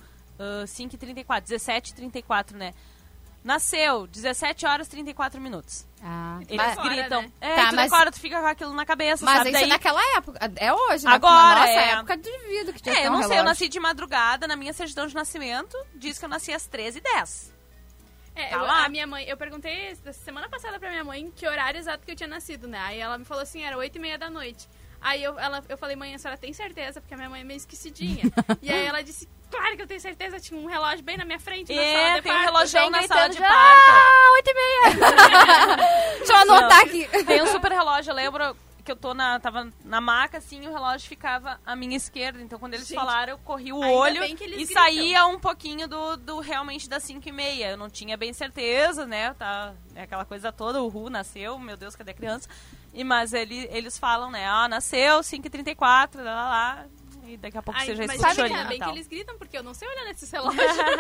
5h34, 17h34, né? Nasceu, 17 horas e 34 minutos. Eles gritam. Né? Tá, Tu decora, tu fica com aquilo na cabeça, Mas sabe? isso Daí, naquela época. É hoje, Agora, na nossa é. época, duvido que tinha eu um não sei, eu relógio. nasci de madrugada, na minha certidão de nascimento, diz que eu nasci às 13h10. Tá lá. A minha mãe, eu perguntei semana passada pra minha mãe que horário exato que eu tinha nascido, né? Aí ela me falou assim, era 8h30 da noite. Aí eu falei, mãe, a senhora tem certeza? Porque a minha mãe é meio esquecidinha. E aí ela disse, claro que eu tenho certeza, tinha um relógio bem na minha frente, na sala de Tem um parto. relógio na sala de já, parto. 8h30! Deixa eu anotar aqui. Tem um super relógio, eu lembro que eu tava na maca, assim, e o relógio ficava à minha esquerda. Então, quando eles falaram, eu corri o ainda olho bem que eles e gritam. saía um pouquinho do realmente das 5h30. Eu não tinha bem certeza, né? Tá, aquela coisa toda, o Ru nasceu, meu Deus, cadê a criança? Mas eles falam, né? Nasceu 5h34, lá. E daqui a pouco você já escuta o chorinho Ainda bem que Natal. eles gritam, porque eu não sei olhar nesses relógios.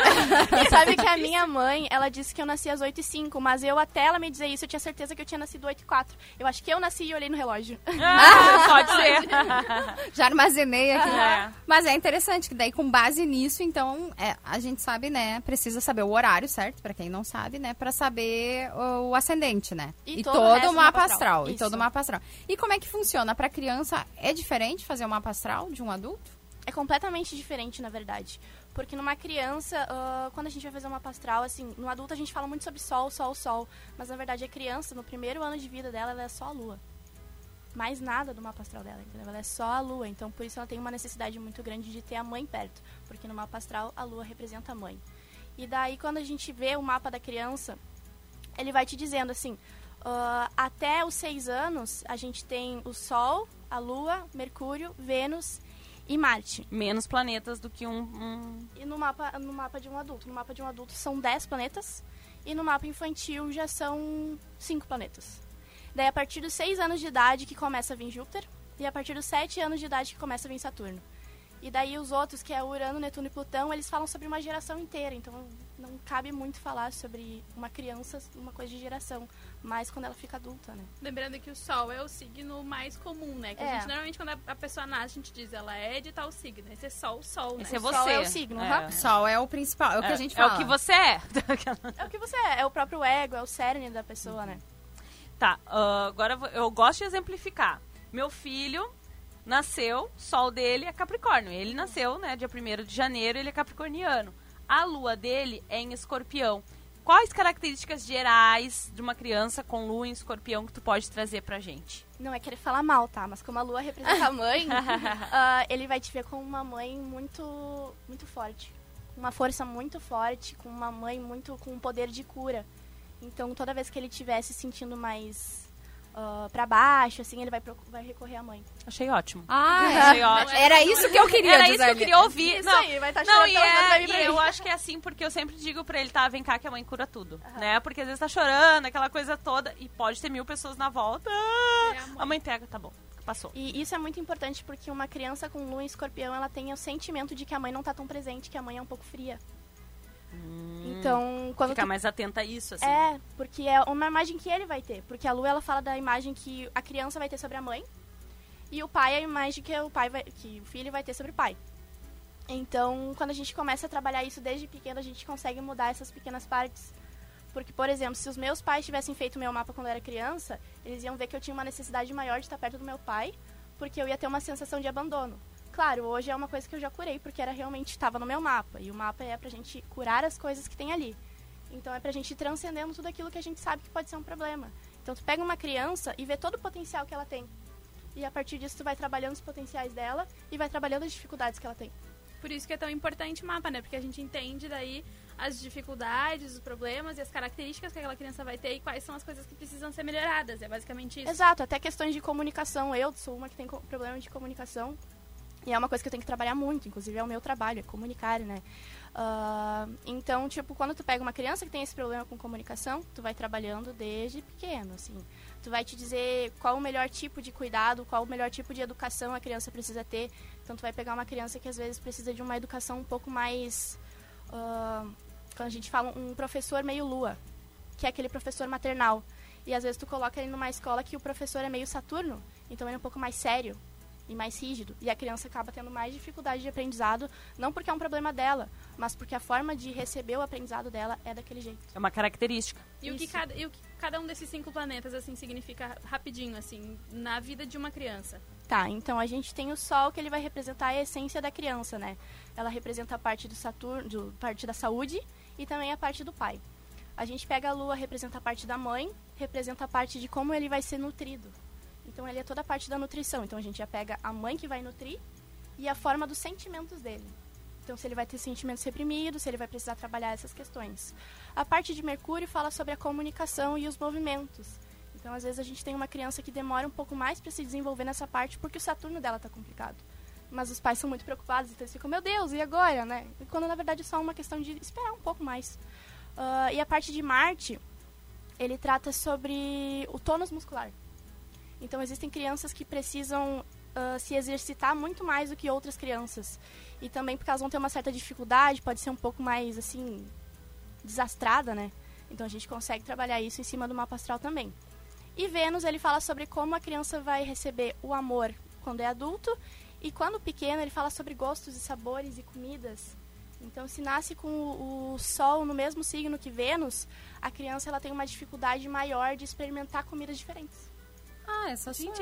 E sabe que a minha mãe, ela disse que eu nasci às 8h05, mas até ela me dizer isso, eu tinha certeza que eu tinha nascido 8h04. Eu acho que eu nasci e olhei no relógio. Pode ser. Já armazenei aqui. É. Mas é interessante que daí, com base nisso, então, a gente sabe, né? Precisa saber o horário, certo? Pra quem não sabe, né? Pra saber o ascendente, né? E todo o resto o do mapa mapa astral. astral. E todo Isso. o mapa astral. E como é que funciona? Pra criança, é diferente fazer o mapa astral de um adulto? É completamente diferente, na verdade. Porque numa criança, quando a gente vai fazer uma mapa astral, assim, no adulto a gente fala muito sobre sol, sol, sol. Mas na verdade a criança, no primeiro ano de vida dela, ela é só a lua. Mais nada do mapa astral dela, entendeu? Ela é só a lua. Então por isso ela tem uma necessidade muito grande de ter a mãe perto. Porque no mapa astral a lua representa a mãe. E daí quando a gente vê o mapa da criança, ele vai te dizendo assim, até os 6 anos a gente tem o Sol, a Lua, Mercúrio, Vênus e Marte. Menos planetas do que um... E no mapa de um adulto. No mapa de um adulto são 10 planetas. E no mapa infantil já são 5 planetas. Daí a partir dos 6 anos de idade que começa a vir Júpiter. E a partir dos 7 anos de idade que começa a vir Saturno. E daí os outros, que é Urano, Netuno e Plutão, eles falam sobre uma geração inteira. Então não cabe muito falar sobre uma criança, uma coisa de geração. Mas quando ela fica adulta, né? Lembrando que o Sol é o signo mais comum, né? Que a gente, normalmente, quando a pessoa nasce, a gente diz, ela é de tal signo. Esse é Sol, né? Esse é O você. Sol é o signo, aham. Sol é o principal, é o que a gente fala. É o que você é. É o que você é o próprio ego, é o cerne da pessoa, né? Tá, agora eu gosto de exemplificar. Meu filho nasceu, Sol dele é Capricórnio. Ele nasceu, né, dia 1º de janeiro, ele é capricorniano. A lua dele é em Escorpião. Quais características gerais de uma criança com lua em Escorpião que tu pode trazer pra gente? Não é querer falar mal, tá? Mas como a lua representa a mãe, ele vai te ver como uma mãe muito, muito forte. Com uma força muito forte, com uma mãe com um poder de cura. Então, toda vez que ele estiver se sentindo mais pra baixo, assim, ele vai recorrer à mãe. Achei ótimo. Ah, era isso que eu queria Era dizer. isso que eu queria ouvir. Isso não, aí, vai estar não, chorando, e pelo menos vai vir pra eu mim. acho que é assim, porque eu sempre digo pra ele, tá, vem cá que a mãe cura tudo, né? Porque às vezes tá chorando, aquela coisa toda, e pode ter 1000 pessoas na volta. A mãe pega, tá bom, passou. E isso é muito importante porque uma criança com lua em Escorpião, ela tem o sentimento de que a mãe não tá tão presente, que a mãe é um pouco fria. Então, quando Ficar mais atenta a isso, assim. Porque é uma imagem que ele vai ter. Porque a lua, ela fala da imagem que a criança vai ter sobre a mãe. E o pai é a imagem que o filho vai ter sobre o pai. Então, quando a gente começa a trabalhar isso desde pequeno, a gente consegue mudar essas pequenas partes. Porque, por exemplo, se os meus pais tivessem feito o meu mapa quando eu era criança, eles iam ver que eu tinha uma necessidade maior de estar perto do meu pai, porque eu ia ter uma sensação de abandono. Claro, hoje é uma coisa que eu já curei, porque era realmente estava no meu mapa. E o mapa é pra gente curar as coisas que tem ali. Então, é pra gente ir transcendendo tudo aquilo que a gente sabe que pode ser um problema. Então, tu pega uma criança e vê todo o potencial que ela tem. E a partir disso, tu vai trabalhando os potenciais dela e vai trabalhando as dificuldades que ela tem. Por isso que é tão importante o mapa, né? Porque a gente entende daí as dificuldades, os problemas e as características que aquela criança vai ter e quais são as coisas que precisam ser melhoradas. É basicamente isso. Exato, até questões de comunicação. Eu sou uma que tem problema de comunicação. E é uma coisa que eu tenho que trabalhar muito, inclusive é o meu trabalho, é comunicar, né? Então, tipo, quando tu pega uma criança que tem esse problema com comunicação, tu vai trabalhando desde pequeno, assim. Tu vai te dizer qual o melhor tipo de cuidado, qual o melhor tipo de educação a criança precisa ter. Então, tu vai pegar uma criança que às vezes precisa de uma educação um pouco mais... quando a gente fala um professor meio lua, que é aquele professor maternal. E às vezes tu coloca ele numa escola que o professor é meio Saturno, então ele é um pouco mais sério e mais rígido. E a criança acaba tendo mais dificuldade de aprendizado, não porque é um problema dela, mas porque a forma de receber o aprendizado dela é daquele jeito. É uma característica. E o que cada um desses 5 planetas, assim, significa rapidinho, assim, na vida de uma criança? Tá, então a gente tem o Sol, que ele vai representar a essência da criança, né? Ela representa a parte do Saturno, parte da saúde e também a parte do pai. A gente pega a Lua, representa a parte da mãe, representa a parte de como ele vai ser nutrido. Então, ele é toda a parte da nutrição. Então, a gente já pega a mãe que vai nutrir e a forma dos sentimentos dele. Então, se ele vai ter sentimentos reprimidos, se ele vai precisar trabalhar essas questões. A parte de Mercúrio fala sobre a comunicação e os movimentos. Então, às vezes, a gente tem uma criança que demora um pouco mais para se desenvolver nessa parte porque o Saturno dela está complicado. Mas os pais são muito preocupados, então eles ficam, meu Deus, e agora, né? Quando, na verdade, é só uma questão de esperar um pouco mais. E a parte de Marte, ele trata sobre o tônus muscular. Então, existem crianças que precisam se exercitar muito mais do que outras crianças. E também porque elas vão ter uma certa dificuldade, pode ser um pouco mais, assim, desastrada, né? Então, a gente consegue trabalhar isso em cima do mapa astral também. E Vênus, ele fala sobre como a criança vai receber o amor quando é adulto. E quando pequeno, ele fala sobre gostos e sabores e comidas. Então, se nasce com o Sol no mesmo signo que Vênus, a criança ela tem uma dificuldade maior de experimentar comidas diferentes. Ah, é só Gente,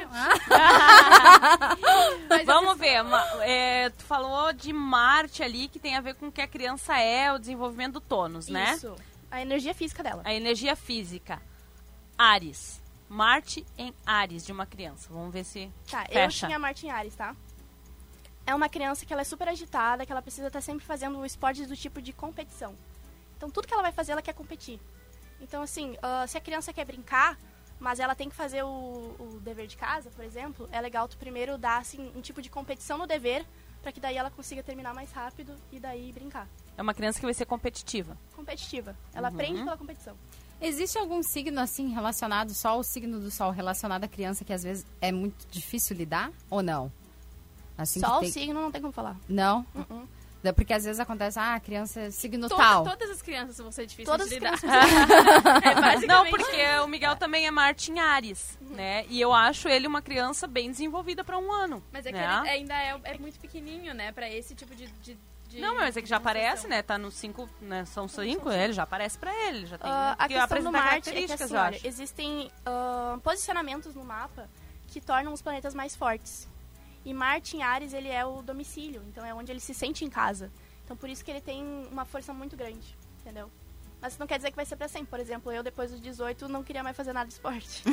Vamos ver. Tu falou de Marte ali, que tem a ver com o que a criança é, o desenvolvimento do tônus, né? Isso. A energia física dela. A energia física. Áries. Marte em Áries de uma criança. Vamos ver se Tá, fecha. eu tinha Marte em Áries, tá? É uma criança que ela é super agitada, que ela precisa estar sempre fazendo esportes do tipo de competição. Então, tudo que ela vai fazer, ela quer competir. Então, assim, se a criança quer brincar, mas ela tem que fazer o dever de casa, por exemplo, é legal tu primeiro dar, assim, um tipo de competição no dever, para que daí ela consiga terminar mais rápido e daí brincar. É uma criança que vai ser competitiva. Competitiva. Ela aprende pela competição. Existe algum signo, assim, relacionado, só o signo do Sol relacionado à criança, que às vezes é muito difícil lidar? Ou não? Assim, Só que o signo não tem como falar. Não? É porque às vezes acontece, a criança é signo tal. Todas as crianças vão ser difíceis Todas de as lidar. crianças. É basicamente Não, porque o Miguel também é Marte em Áries, né? E eu acho ele uma criança bem desenvolvida para 1 ano. Mas é que né? ele ainda é muito pequenininho, né? Pra esse tipo de Não, mas é que já demonstração. aparece, né? Tá no 5, né? São 5, ele já aparece pra ele, já tem A que questão do apresentar Marte é que, características, assim, eu olha, acho. existem posicionamentos no mapa que tornam os planetas mais fortes. E Marte em Áries, ele é o domicílio, então é onde ele se sente em casa. Então, por isso que ele tem uma força muito grande, entendeu? Mas isso não quer dizer que vai ser pra sempre. Por exemplo, eu, depois dos 18, não queria mais fazer nada de esporte.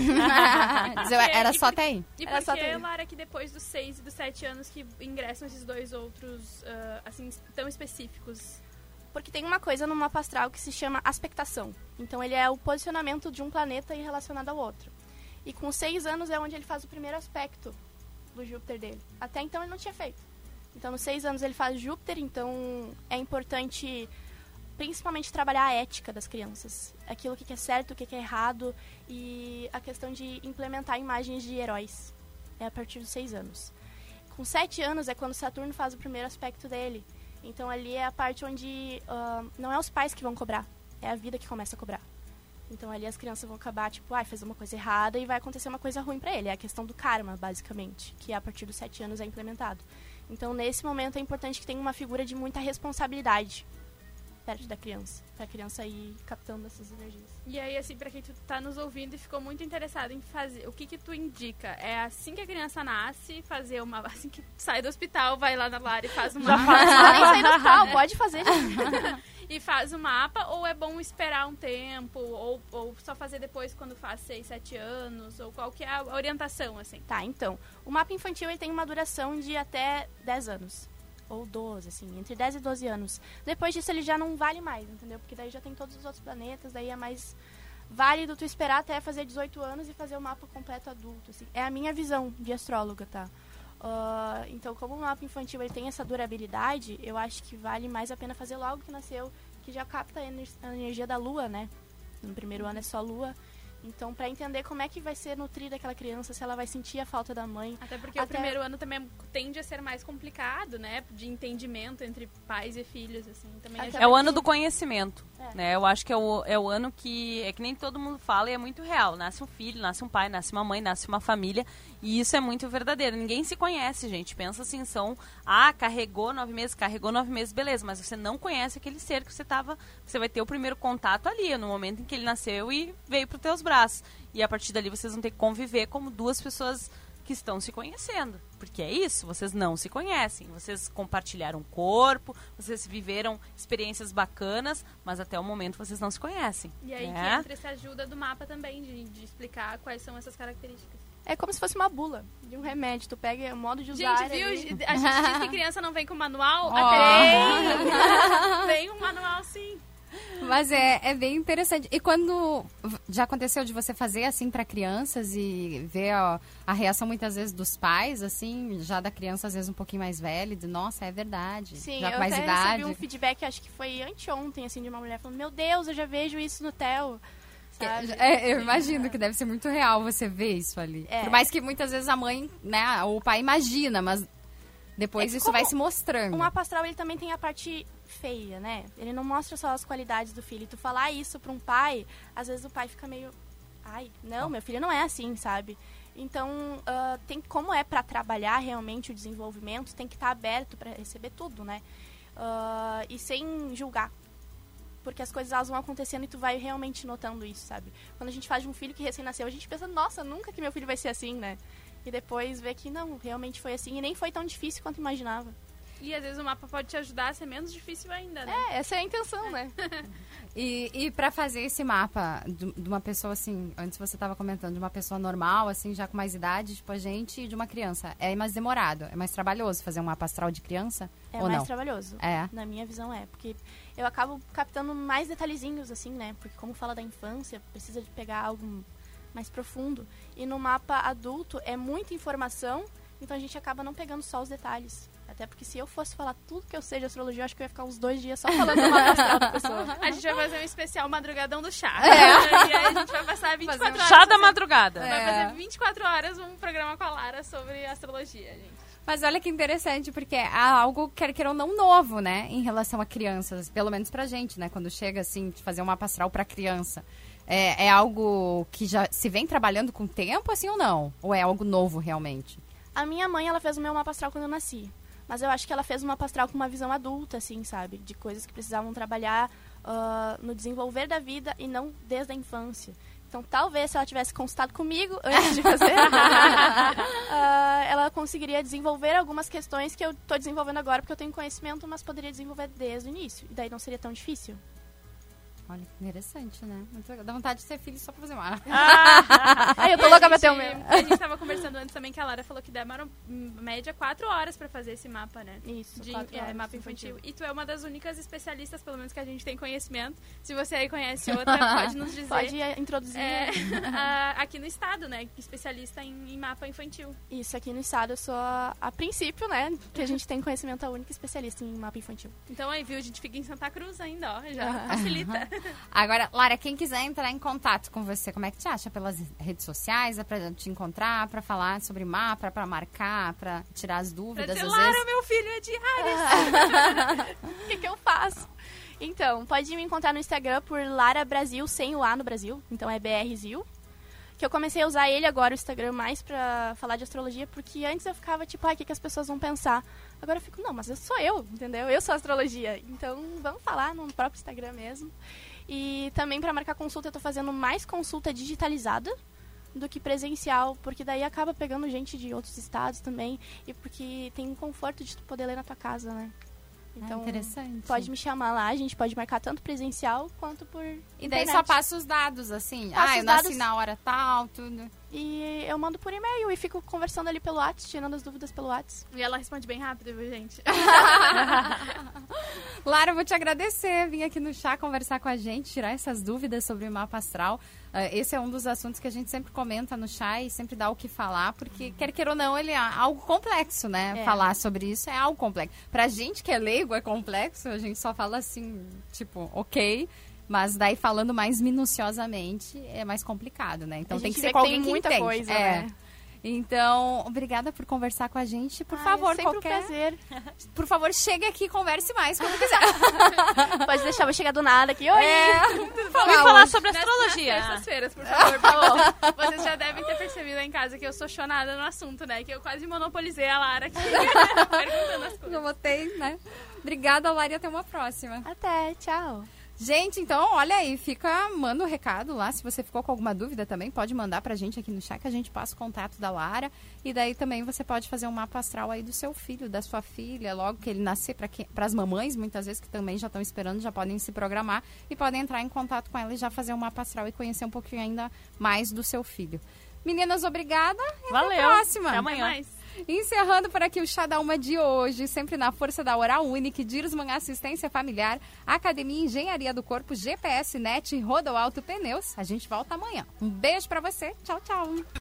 Era só até aí. E Era por só que, ter. Lara, que depois dos 6 e dos 7 anos que ingressam esses dois outros, assim, tão específicos? Porque tem uma coisa no mapa astral que se chama aspectação. Então, ele é o posicionamento de um planeta em relacionado ao outro. E com 6 anos é onde ele faz o primeiro aspecto do Júpiter dele. Até então, ele não tinha feito. Então, nos 6 anos ele faz Júpiter, então é importante principalmente trabalhar a ética das crianças. Aquilo que é certo, o que é errado e a questão de implementar imagens de heróis. É a partir dos 6 anos. Com 7 anos é quando Saturno faz o primeiro aspecto dele. Então, ali é a parte onde não é os pais que vão cobrar, é a vida que começa a cobrar. Então, ali as crianças vão acabar, tipo, fazer uma coisa errada e vai acontecer uma coisa ruim pra ele. É a questão do karma, basicamente, que a partir dos 7 anos é implementado. Então, nesse momento, é importante que tenha uma figura de muita responsabilidade perto da criança, pra criança ir captando essas energias. E aí, assim, pra quem tu tá nos ouvindo e ficou muito interessado em fazer, o que tu indica? É assim que a criança nasce, fazer uma... Assim que sai do hospital, vai lá na Lara e faz uma... Não nem sair do hospital, pode fazer. E faz o mapa, ou é bom esperar um tempo, ou só fazer depois quando faz 6, 7 anos, ou qual que é a orientação, assim? Tá, então, o mapa infantil ele tem uma duração de até 10 anos. Ou 12, assim, entre 10 e 12 anos. Depois disso ele já não vale mais, entendeu? Porque daí já tem todos os outros planetas, daí é mais válido tu esperar até fazer 18 anos e fazer o mapa completo adulto, assim. É a minha visão de astróloga, tá? Então, como o mapa infantil ele tem essa durabilidade, eu acho que vale mais a pena fazer logo que nasceu, que já capta a energia da lua, né? No primeiro ano é só lua. Então, pra entender como é que vai ser nutrida aquela criança, se ela vai sentir a falta da mãe. Até porque o primeiro ano também tende a ser mais complicado, né? De entendimento entre pais e filhos, assim. Também é o ano do conhecimento, né? Eu acho que é o ano que... É que nem todo mundo fala e é muito real. Nasce um filho, nasce um pai, nasce uma mãe, nasce uma família. E isso é muito verdadeiro. Ninguém se conhece, gente. Pensa assim, carregou 9 meses, beleza. Mas você não conhece aquele ser que você vai ter o primeiro contato ali, no momento em que ele nasceu e veio pros teus braços. E a partir dali vocês vão ter que conviver como duas pessoas que estão se conhecendo. Porque é isso, vocês não se conhecem. Vocês compartilharam corpo, vocês viveram experiências bacanas, mas até o momento vocês não se conhecem. E aí que entra essa ajuda do mapa também, de explicar quais são essas características. É como se fosse uma bula de um remédio. Tu pega o modo de usar. Gente, viu? A gente diz que criança não vem com manual. Até vem um manual, sim. Mas é bem interessante. E quando já aconteceu de você fazer assim para crianças e ver a reação muitas vezes dos pais, assim, já da criança às vezes um pouquinho mais velha, de nossa, é verdade. Sim, já eu com mais até idade. recebi um feedback, acho que foi anteontem, assim, de uma mulher falando: meu Deus, eu já vejo isso no Theo. Eu imagino que deve ser muito real você ver isso ali. Por mais que muitas vezes a mãe, né, ou o pai imagina, mas depois isso vai se mostrando. O mapa astral, ele também tem a parte feia, né? Ele não mostra só as qualidades do filho. E tu falar isso pra um pai, às vezes o pai fica meio... Ai, não, meu filho não é assim, sabe? Então, como é pra trabalhar realmente o desenvolvimento, tem que estar aberto pra receber tudo, né? E sem julgar. Porque as coisas elas vão acontecendo e tu vai realmente notando isso, sabe? Quando a gente faz de um filho que recém-nasceu, a gente pensa, nossa, nunca que meu filho vai ser assim, né? E depois vê que não, realmente foi assim e nem foi tão difícil quanto imaginava. E às vezes o mapa pode te ajudar a ser menos difícil ainda, né? Essa é a intenção, né? E pra fazer esse mapa de uma pessoa assim, antes você tava comentando, de uma pessoa normal, assim, já com mais idade, tipo a gente, e de uma criança, é mais demorado, é mais trabalhoso fazer um mapa astral de criança? É ou mais não? trabalhoso. Na minha visão porque eu acabo captando mais detalhezinhos, assim, né? Porque como fala da infância, precisa de pegar algo mais profundo. E no mapa adulto é muita informação, então a gente acaba não pegando só os detalhes. Até porque se eu fosse falar tudo que eu sei de astrologia, eu acho que eu ia ficar uns 2 dias só falando do mapa astral da pessoa. A gente vai fazer um especial madrugadão do chá. E aí a gente vai passar 24 horas. Chá da madrugada. Vai fazer 24 horas um programa com a Lara sobre astrologia, gente. Mas olha que interessante, porque é algo, quer ou não, novo, né? Em relação a crianças. Pelo menos pra gente, né? Quando chega, assim, de fazer um mapa astral pra criança. É algo que já se vem trabalhando com o tempo, assim, ou não? Ou é algo novo, realmente? A minha mãe, ela fez o meu mapa astral quando eu nasci. Mas eu acho que ela fez um mapa astral com uma visão adulta, assim, sabe? De coisas que precisavam trabalhar no desenvolver da vida e não desde a infância. Então, talvez, se ela tivesse consultado comigo antes de fazer, ela conseguiria desenvolver algumas questões que eu tô desenvolvendo agora, porque eu tenho conhecimento, mas poderia desenvolver desde o início. E daí não seria tão difícil. Olha, que interessante, né? Dá vontade de ser filho só pra fazer uma. Aí eu tô louca pra ter o meu. A gente tava conversando antes também que a Lara falou que demora média 4 horas pra fazer esse mapa, né? Isso, de mapa infantil. E tu é uma das únicas especialistas, pelo menos que a gente tem conhecimento. Se você aí conhece outra, pode nos dizer. Pode introduzir. Aqui no estado, né? Especialista em mapa infantil. Isso, aqui no estado eu sou a princípio, né? Que a gente tem conhecimento, a única especialista em mapa infantil. Então aí, viu? A gente fica em Santa Cruz ainda, ó. Já facilita. Agora, Lara, quem quiser entrar em contato com você, como é que te acha? Pelas redes sociais? É pra te encontrar, pra falar sobre mapa, pra marcar, pra tirar as dúvidas? Pra dizer, às Lara, vezes... meu filho é de Ares. O que eu faço? Então, pode me encontrar no Instagram por Lara Brasil, sem o A no Brasil. Então é BRZil. que eu comecei a usar ele agora, o Instagram, mais pra falar de astrologia, porque antes eu ficava tipo, o que as pessoas vão pensar? Agora eu fico, não, mas eu sou eu, entendeu? Eu sou astrologia. Então, vamos falar no próprio Instagram mesmo. E também pra marcar consulta, eu tô fazendo mais consulta digitalizada do que presencial, porque daí acaba pegando gente de outros estados também, e porque tem um conforto de tu poder ler na tua casa, né? Então, interessante. Pode me chamar lá, a gente pode marcar tanto presencial quanto por E daí internet. só passa os dados, assim. Passa Eu os nasci dados. na hora tal, tudo. E eu mando por e-mail e fico conversando ali pelo WhatsApp, tirando as dúvidas pelo WhatsApp. E ela responde bem rápido, viu, gente? Lara, eu vou te agradecer. Vim aqui no Chá conversar com a gente, tirar essas dúvidas sobre o mapa astral. Esse é um dos assuntos que a gente sempre comenta no Chá e sempre dá o que falar, porque, quer queira ou não, ele é algo complexo, né? É. Falar sobre isso é algo complexo. Pra gente que é leigo é complexo, a gente só fala assim, tipo, ok. Mas daí falando mais minuciosamente é mais complicado, né? Então A tem gente que ser vê com que alguém tem que muita entende. coisa, né? Então, obrigada por conversar com a gente. Por favor, é sempre qualquer... um prazer. Por favor, chegue aqui e converse mais quando quiser. Pode deixar, vou chegar do nada aqui. Oi! Vamos falar sobre Nas astrologia. terças-feiras, por favor, por favor. Vocês já devem ter percebido lá em casa que eu sou chonada no assunto, né? Que eu quase monopolizei a Lara aqui, perguntando as coisas. Eu botei, né? Obrigada, Lara, e até uma próxima. Até, tchau. Gente, então, olha aí, manda o recado lá. Se você ficou com alguma dúvida também, pode mandar pra gente aqui no chat, que a gente passa o contato da Lara. E daí também você pode fazer um mapa astral aí do seu filho, da sua filha, logo que ele nascer, para as mamães, muitas vezes, que também já estão esperando, já podem se programar e podem entrar em contato com ela e já fazer um mapa astral e conhecer um pouquinho ainda mais do seu filho. Meninas, obrigada. E Valeu. Até a próxima. Até amanhã. Até mais. Encerrando por aqui o Chá da Uma de hoje, sempre na força da Oral Unique, Dirsman Assistência Familiar, Academia Engenharia do Corpo, GPS Net e Rodoalto Pneus. A gente volta amanhã. Um beijo pra você. Tchau, tchau.